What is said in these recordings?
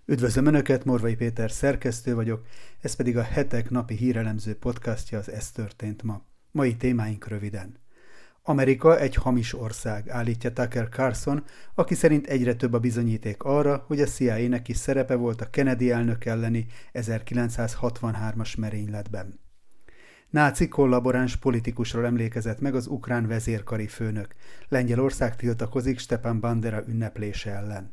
Üdvözlöm Önöket, Morvai Péter szerkesztő vagyok, ez pedig a Hetek napi hírelemző podcastja, az Ez történt ma. Mai témáink röviden. Amerika egy hamis ország, állítja Tucker Carlson, aki szerint egyre több a bizonyíték arra, hogy a CIA-nek is szerepe volt a Kennedy elnök elleni 1963-as merényletben. Náci kollaboráns politikusról emlékezett meg az ukrán vezérkari főnök. Lengyelország tiltakozik Stepan Bandera ünneplése ellen.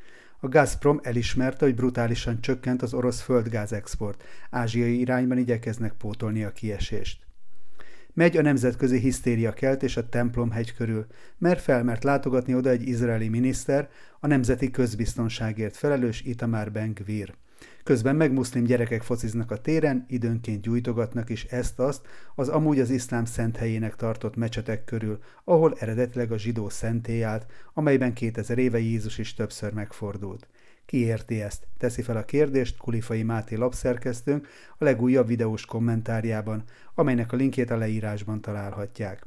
A Gazprom elismerte, hogy brutálisan csökkent az orosz földgázexport. Ázsiai irányban igyekeznek pótolni a kiesést. Megy a nemzetközi hisztériakeltés a Templom-hegy körül, mert felmert látogatni oda egy izraeli miniszter, a nemzeti közbiztonságért felelős Itamar Ben-Gvir. Közben meg muszlim gyerekek fociznak a téren, időnként gyújtogatnak is ezt-azt az amúgy az iszlám szent helyének tartott mecsetek körül, ahol eredetileg a zsidó szentély állt, amelyben 2000 éve Jézus is többször megfordult. Ki érti ezt? Teszi fel a kérdést Kulifai Máté lapszerkesztőnk a legújabb videós kommentárjában, amelynek a linkjét a leírásban találhatják.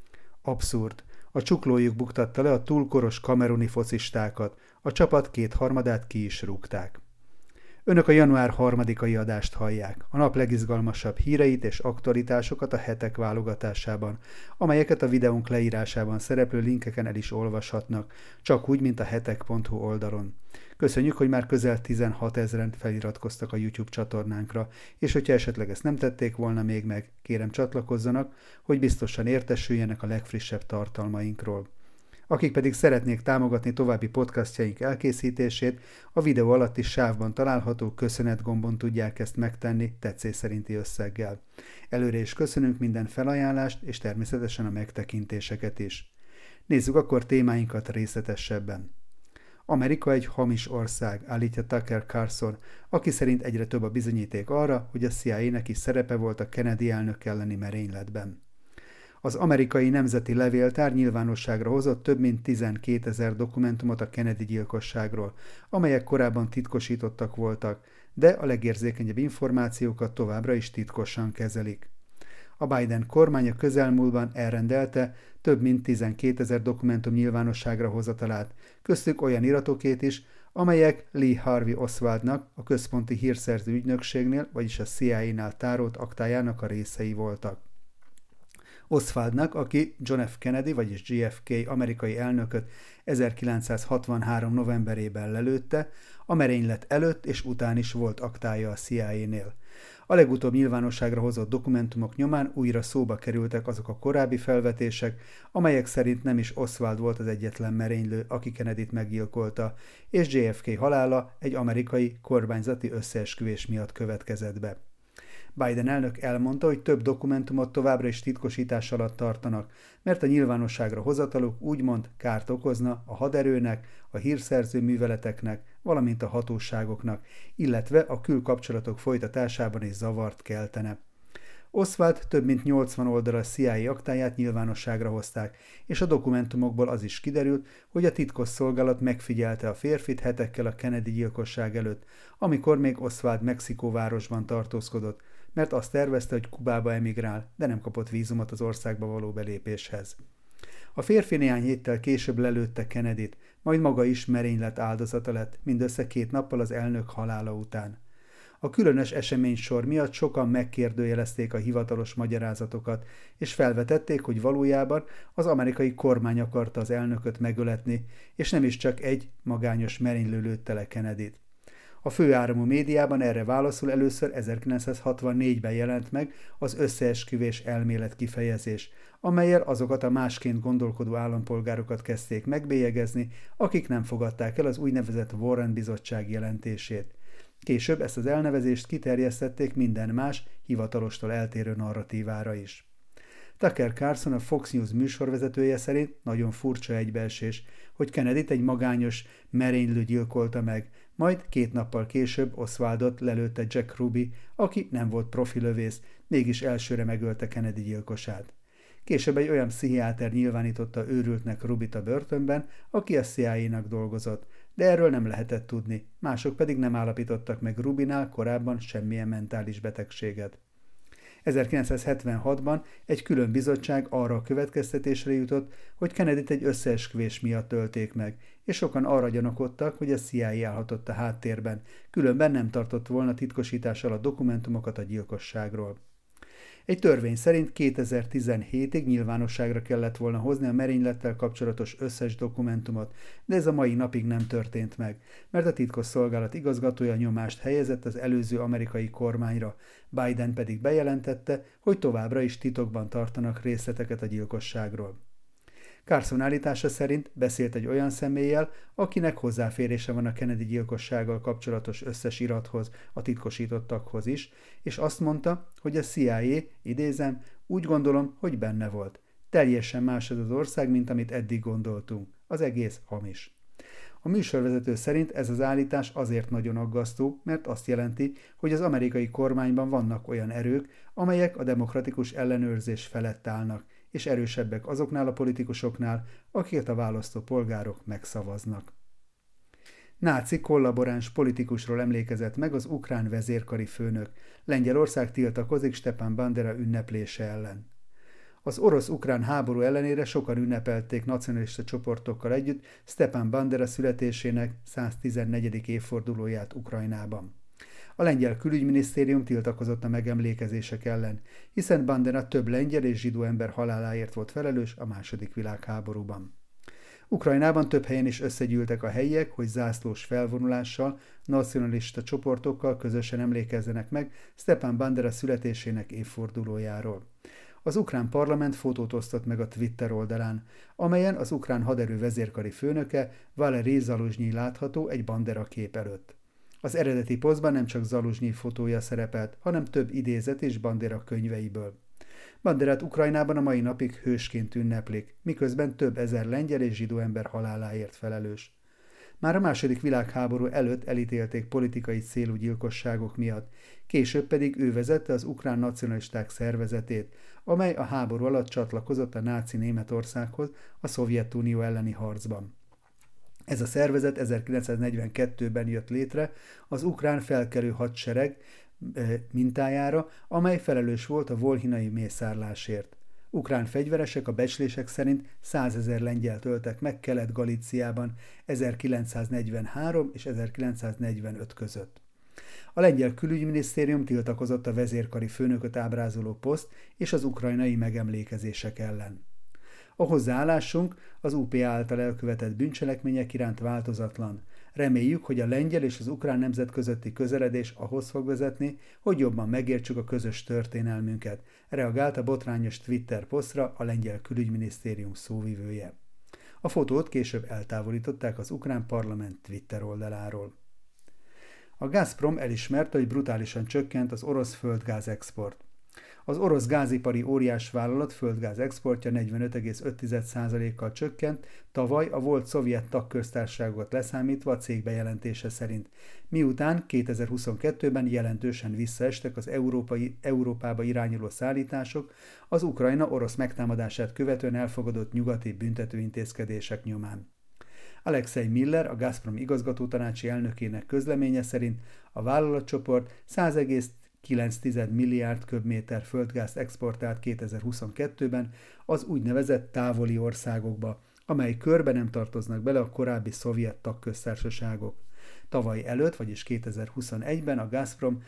Abszurd. A csuklójuk buktatta le a túlkoros kameruni focistákat, a csapat 2/3 ki is rúgták. Önök a január 3-ai adást hallják, a nap legizgalmasabb híreit és aktualitásokat a Hetek válogatásában, amelyeket a videónk leírásában szereplő linkeken el is olvashatnak, csak úgy, mint a hetek.hu oldalon. Köszönjük, hogy már közel 16 000-en feliratkoztak a YouTube csatornánkra, és hogyha esetleg ezt nem tették volna még meg, kérem csatlakozzanak, hogy biztosan értesüljenek a legfrissebb tartalmainkról. Akik pedig szeretnék támogatni további podcastjaink elkészítését, a videó alatti sávban található köszönet gombon tudják ezt megtenni tetszés szerinti összeggel. Előre is köszönünk minden felajánlást, és természetesen a megtekintéseket is. Nézzük akkor témáinkat részletesebben. Amerika egy hamis ország, állítja Tucker Carlson, aki szerint egyre több a bizonyíték arra, hogy a CIA-nek is szerepe volt a Kennedy elnök elleni merényletben. Az amerikai nemzeti levéltár nyilvánosságra hozott több mint 12 000 dokumentumot a Kennedy gyilkosságról, amelyek korábban titkosítottak voltak, de a legérzékenyebb információkat továbbra is titkosan kezelik. A Biden kormány a közelmúltban elrendelte több mint 12 000 dokumentum nyilvánosságra hozatalát, köztük olyan iratokét is, amelyek Lee Harvey Oswaldnak, a központi hírszerző ügynökségnél, vagyis a CIA-nál tárolt aktájának a részei voltak. Oswaldnak, aki John F. Kennedy, vagyis JFK amerikai elnököt 1963. novemberében lelőtte, a merénylet előtt és után is volt aktája a CIA-nél. A legutóbb nyilvánosságra hozott dokumentumok nyomán újra szóba kerültek azok a korábbi felvetések, amelyek szerint nem is Oswald volt az egyetlen merénylő, aki Kennedyt meggyilkolta, és JFK halála egy amerikai kormányzati összeesküvés miatt következett be. Biden elnök elmondta, hogy több dokumentumot továbbra is titkosítás alatt tartanak, mert a nyilvánosságra hozataluk úgymond kárt okozna a haderőnek, a hírszerző műveleteknek, valamint a hatóságoknak, illetve a külkapcsolatok folytatásában is zavart keltene. Oswald több mint 80 oldalas CIA aktáját nyilvánosságra hozták, és a dokumentumokból az is kiderült, hogy a titkosszolgálat megfigyelte a férfit hetekkel a Kennedy gyilkosság előtt, amikor még Oswald Mexikóvárosban tartózkodott, mert azt tervezte, hogy Kubába emigrál, de nem kapott vízumot az országba való belépéshez. A férfi néhány héttel később lelőtte Kennedyt, majd maga is merénylet áldozata lett, mindössze 2 nappal az elnök halála után. A különös eseménysor miatt sokan megkérdőjelezték a hivatalos magyarázatokat, és felvetették, hogy valójában az amerikai kormány akarta az elnököt megöletni, és nem is csak egy magányos merénylő lőtte le Kennedyt. A főáramú médiában erre válaszul először 1964-ben jelent meg az összeesküvés elmélet kifejezés, amellyel azokat a másként gondolkodó állampolgárokat kezdték megbélyegezni, akik nem fogadták el az úgynevezett Warren bizottság jelentését. Később ezt az elnevezést kiterjesztették minden más, hivatalostól eltérő narratívára is. Tucker Carlson, a Fox News műsorvezetője szerint nagyon furcsa egybeesés, hogy Kennedyt egy magányos merénylő gyilkolta meg, majd 2 nappal később Oswaldot lelőtte Jack Ruby, aki nem volt profilövész, mégis elsőre megölte Kennedy gyilkosát. Később egy olyan pszichiáter nyilvánította őrültnek Rubyt a börtönben, aki a CIA-nak dolgozott, de erről nem lehetett tudni, mások pedig nem állapítottak meg Rubynál korábban semmilyen mentális betegséget. 1976-ban egy külön bizottság arra a következtetésre jutott, hogy Kennedyt egy összeesküvés miatt ölték meg, és sokan arra gyanakodtak, hogy a CIA állhatott a háttérben, különben nem tartott volna titkosítás alatt dokumentumokat a gyilkosságról. Egy törvény szerint 2017-ig nyilvánosságra kellett volna hozni a merénylettel kapcsolatos összes dokumentumot, de ez a mai napig nem történt meg, mert a titkosszolgálat igazgatója nyomást helyezett az előző amerikai kormányra, Biden pedig bejelentette, hogy továbbra is titokban tartanak részleteket a gyilkosságról. Carson állítása szerint beszélt egy olyan személlyel, akinek hozzáférése van a Kennedy gyilkossággal kapcsolatos összes irathoz, a titkosítottakhoz is, és azt mondta, hogy a CIA, idézem, úgy gondolom, hogy benne volt. Teljesen más ez az ország, mint amit eddig gondoltunk. Az egész hamis. A műsorvezető szerint ez az állítás azért nagyon aggasztó, mert azt jelenti, hogy az amerikai kormányban vannak olyan erők, amelyek a demokratikus ellenőrzés felett állnak, és erősebbek azoknál a politikusoknál, akiket a választó polgárok megszavaznak. Náci kollaboráns politikusról emlékezett meg az ukrán vezérkari főnök. Lengyelország tiltakozik Stepan Bandera ünneplése ellen. Az orosz-ukrán háború ellenére sokan ünnepelték nacionalista csoportokkal együtt Stepan Bandera születésének 114. évfordulóját Ukrajnában. A lengyel külügyminisztérium tiltakozott a megemlékezések ellen, hiszen Bandera több lengyel és zsidó ember haláláért volt felelős a II. Világháborúban. Ukrajnában több helyen is összegyűltek a helyiek, hogy zászlós felvonulással, nacionalista csoportokkal közösen emlékezzenek meg Stepan Bandera születésének évfordulójáról. Az ukrán parlament fotót osztott meg a Twitter oldalán, amelyen az ukrán haderő vezérkari főnöke Valerij Zaluzsnyi látható egy Bandera kép előtt. Az eredeti posztban nem csak Zaluzsnyi fotója szerepelt, hanem több idézet és Bandera könyveiből. Banderát Ukrajnában a mai napig hősként ünneplik, miközben több ezer lengyel és zsidó ember haláláért felelős. Már a II. Világháború előtt elítélték politikai célú gyilkosságok miatt, később pedig ő vezette az ukrán nacionalisták szervezetét, amely a háború alatt csatlakozott a náci Németországhoz a Szovjetunió elleni harcban. Ez a szervezet 1942-ben jött létre az ukrán felkelő hadsereg mintájára, amely felelős volt a volhinai mészárlásért. Ukrán fegyveresek a becslések szerint 100 000 lengyelt öltek meg Kelet-Galíciában 1943 és 1945 között. A lengyel külügyminisztérium tiltakozott a vezérkari főnököt ábrázoló poszt és az ukrajnai megemlékezések ellen. A hozzáállásunk az UPA által elkövetett bűncselekmények iránt változatlan. Reméljük, hogy a lengyel és az ukrán nemzet közötti közeledés ahhoz fog vezetni, hogy jobban megértsük a közös történelmünket, reagált a botrányos Twitter posztra a lengyel külügyminisztérium szóvivője. A fotót később eltávolították az ukrán parlament Twitter oldaláról. A Gazprom elismerte, hogy brutálisan csökkent az orosz földgáz export. Az orosz gázipari óriásvállalat földgáz exportja 45,5%-kal csökkent, tavaly a volt szovjet tagköztársaságokat leszámítva a cég bejelentése szerint, miután 2022-ben jelentősen visszaestek az Európába irányuló szállítások az Ukrajna orosz megtámadását követően elfogadott nyugati büntetőintézkedések nyomán. Alexei Miller, a Gazprom igazgatótanácsi elnökének közleménye szerint a vállalatcsoport 100,9 milliárd köbméter földgázt exportált 2022-ben az úgynevezett távoli országokba, amely körbe nem tartoznak bele a korábbi szovjet tagköztársaságok. Tavaly előtt, vagyis 2021-ben a Gazprom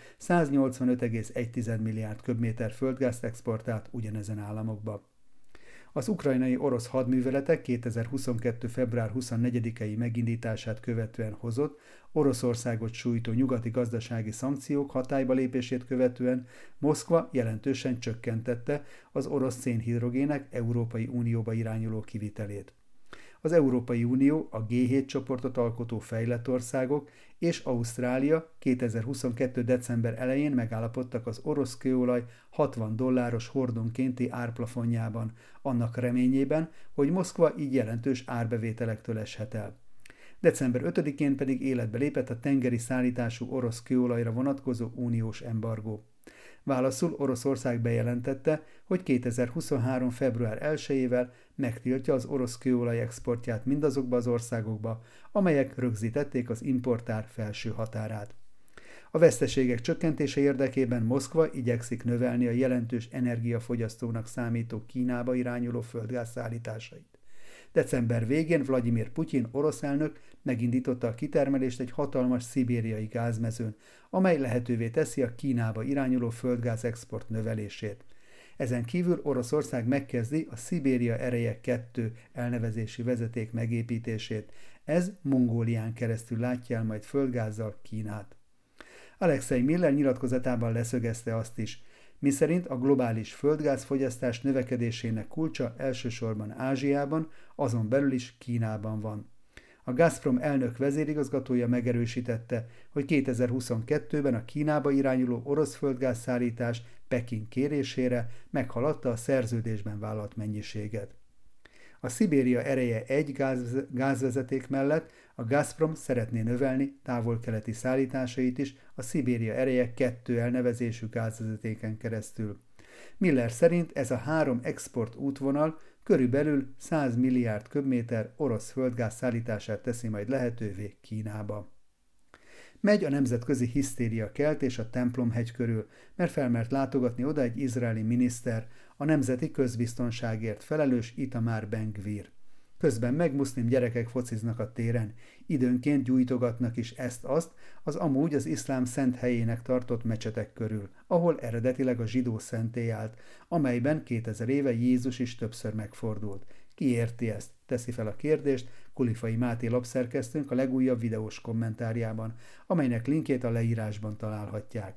185,1 milliárd köbméter földgázt exportált ugyanezen államokba. Az ukrajnai orosz hadműveletek 2022. február 24-i megindítását követően hozott, Oroszországot sújtó nyugati gazdasági szankciók hatályba lépését követően Moszkva jelentősen csökkentette az orosz szénhidrogének Európai Unióba irányuló kivitelét. Az Európai Unió, a G7 csoportot alkotó fejlett országok és Ausztrália 2022. december elején megállapodtak az orosz kőolaj $60 hordonkénti árplafonjában, annak reményében, hogy Moszkva így jelentős árbevételektől eshet el. December 5-én pedig életbe lépett a tengeri szállítású orosz kőolajra vonatkozó uniós embargó. Válaszul Oroszország bejelentette, hogy 2023. február 1-ével megtiltja az orosz kőolaj exportját mindazokba az országokba, amelyek rögzítették az importár felső határát. A veszteségek csökkentése érdekében Moszkva igyekszik növelni a jelentős energiafogyasztónak számító Kínába irányuló földgáz szállításait. December végén Vladimir Putyin orosz elnök megindította a kitermelést egy hatalmas szibériai gázmezőn, amely lehetővé teszi a Kínába irányuló földgáz export növelését. Ezen kívül Oroszország megkezdi a Szibéria Ereje 2 elnevezési vezeték megépítését. Ez Mongólián keresztül látja el majd földgázzal Kínát. Alexei Miller nyilatkozatában leszögezte azt is, miszerint a globális földgázfogyasztás növekedésének kulcsa elsősorban Ázsiában, azon belül is Kínában van. A Gazprom elnök vezérigazgatója megerősítette, hogy 2022-ben a Kínába irányuló orosz földgázszállítás Peking kérésére meghaladta a szerződésben vállalt mennyiséget. A Szibéria Ereje 1 gázvezeték mellett a Gazprom szeretné növelni távol-keleti szállításait is a Szibéria Ereje 2 elnevezésű gázvezetéken keresztül. Miller szerint ez a 3 export útvonal körülbelül 100 milliárd köbméter orosz földgáz szállítását teszi majd lehetővé Kínába. Megy a nemzetközi hisztériakeltés a Templomhegy körül, mert felmert látogatni oda egy izraeli miniszter, a nemzeti közbiztonságért felelős Itamar Ben-Gvir. Közben meg muszlim gyerekek fociznak a téren, időnként gyújtogatnak is ezt-azt az amúgy az iszlám szent helyének tartott mecsetek körül, ahol eredetileg a zsidó szentély állt, amelyben 2000 éve Jézus is többször megfordult. Ki érti ezt? Teszi fel a kérdést Kulifai Máté lapszerkesztőnk a legújabb videós kommentárjában, amelynek linkjét a leírásban találhatják.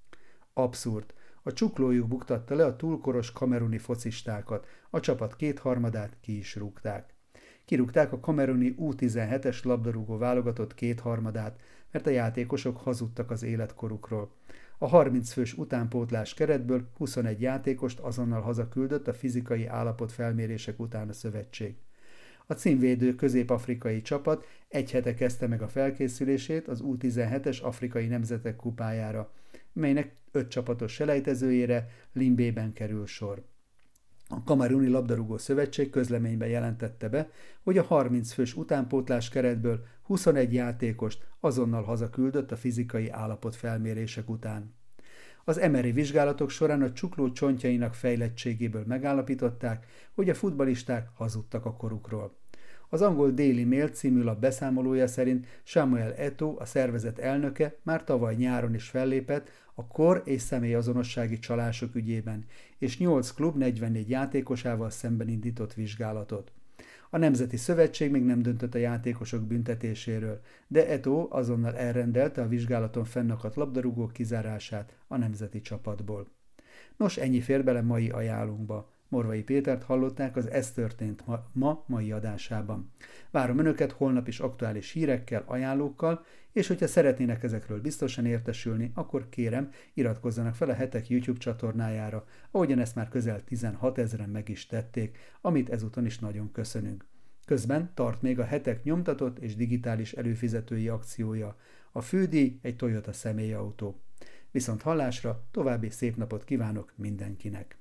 Abszurd. A csuklójuk buktatta le a túlkoros kameruni focistákat, a csapat 2/3 ki is rúgták. Kirúgták a kameruni U17-es labdarúgó válogatott 2/3, mert a játékosok hazudtak az életkorukról. A 30 fős utánpótlás keretből 21 játékost azonnal hazaküldött a fizikai állapot felmérések után a szövetség. A címvédő közép-afrikai csapat egy hete kezdte meg a felkészülését az U17-es afrikai nemzetek kupájára, melynek 5 csapatos selejtezőjére Limbében kerül sor. A Kameruni Labdarúgó Szövetség közleményben jelentette be, hogy a 30 fős utánpótlás keretből 21 játékost azonnal hazaküldött a fizikai állapot felmérések után. Az MRI vizsgálatok során a csukló csontjainak fejlettségéből megállapították, hogy a futballisták hazudtak a korukról. Az angol Daily Mail című lap beszámolója szerint Samuel Eto'o, a szervezet elnöke már tavaly nyáron is fellépett a kor- és személyazonossági csalások ügyében, és 8 klub 44 játékosával szemben indított vizsgálatot. A Nemzeti Szövetség még nem döntött a játékosok büntetéséről, de Eto'o azonnal elrendelte a vizsgálaton fennakadt labdarúgók kizárását a nemzeti csapatból. Nos, ennyi fér bele mai ajánlunkba. Morvai Pétert hallották az Ez történt mai adásában. Várom Önöket holnap is aktuális hírekkel, ajánlókkal, és hogyha szeretnének ezekről biztosan értesülni, akkor kérem, iratkozzanak fel a Hetek YouTube csatornájára, ahogyan ezt már közel 16 000-en meg is tették, amit ezúton is nagyon köszönünk. Közben tart még a Hetek nyomtatott és digitális előfizetői akciója. A fődíj egy Toyota személyautó. Viszont hallásra, további szép napot kívánok mindenkinek!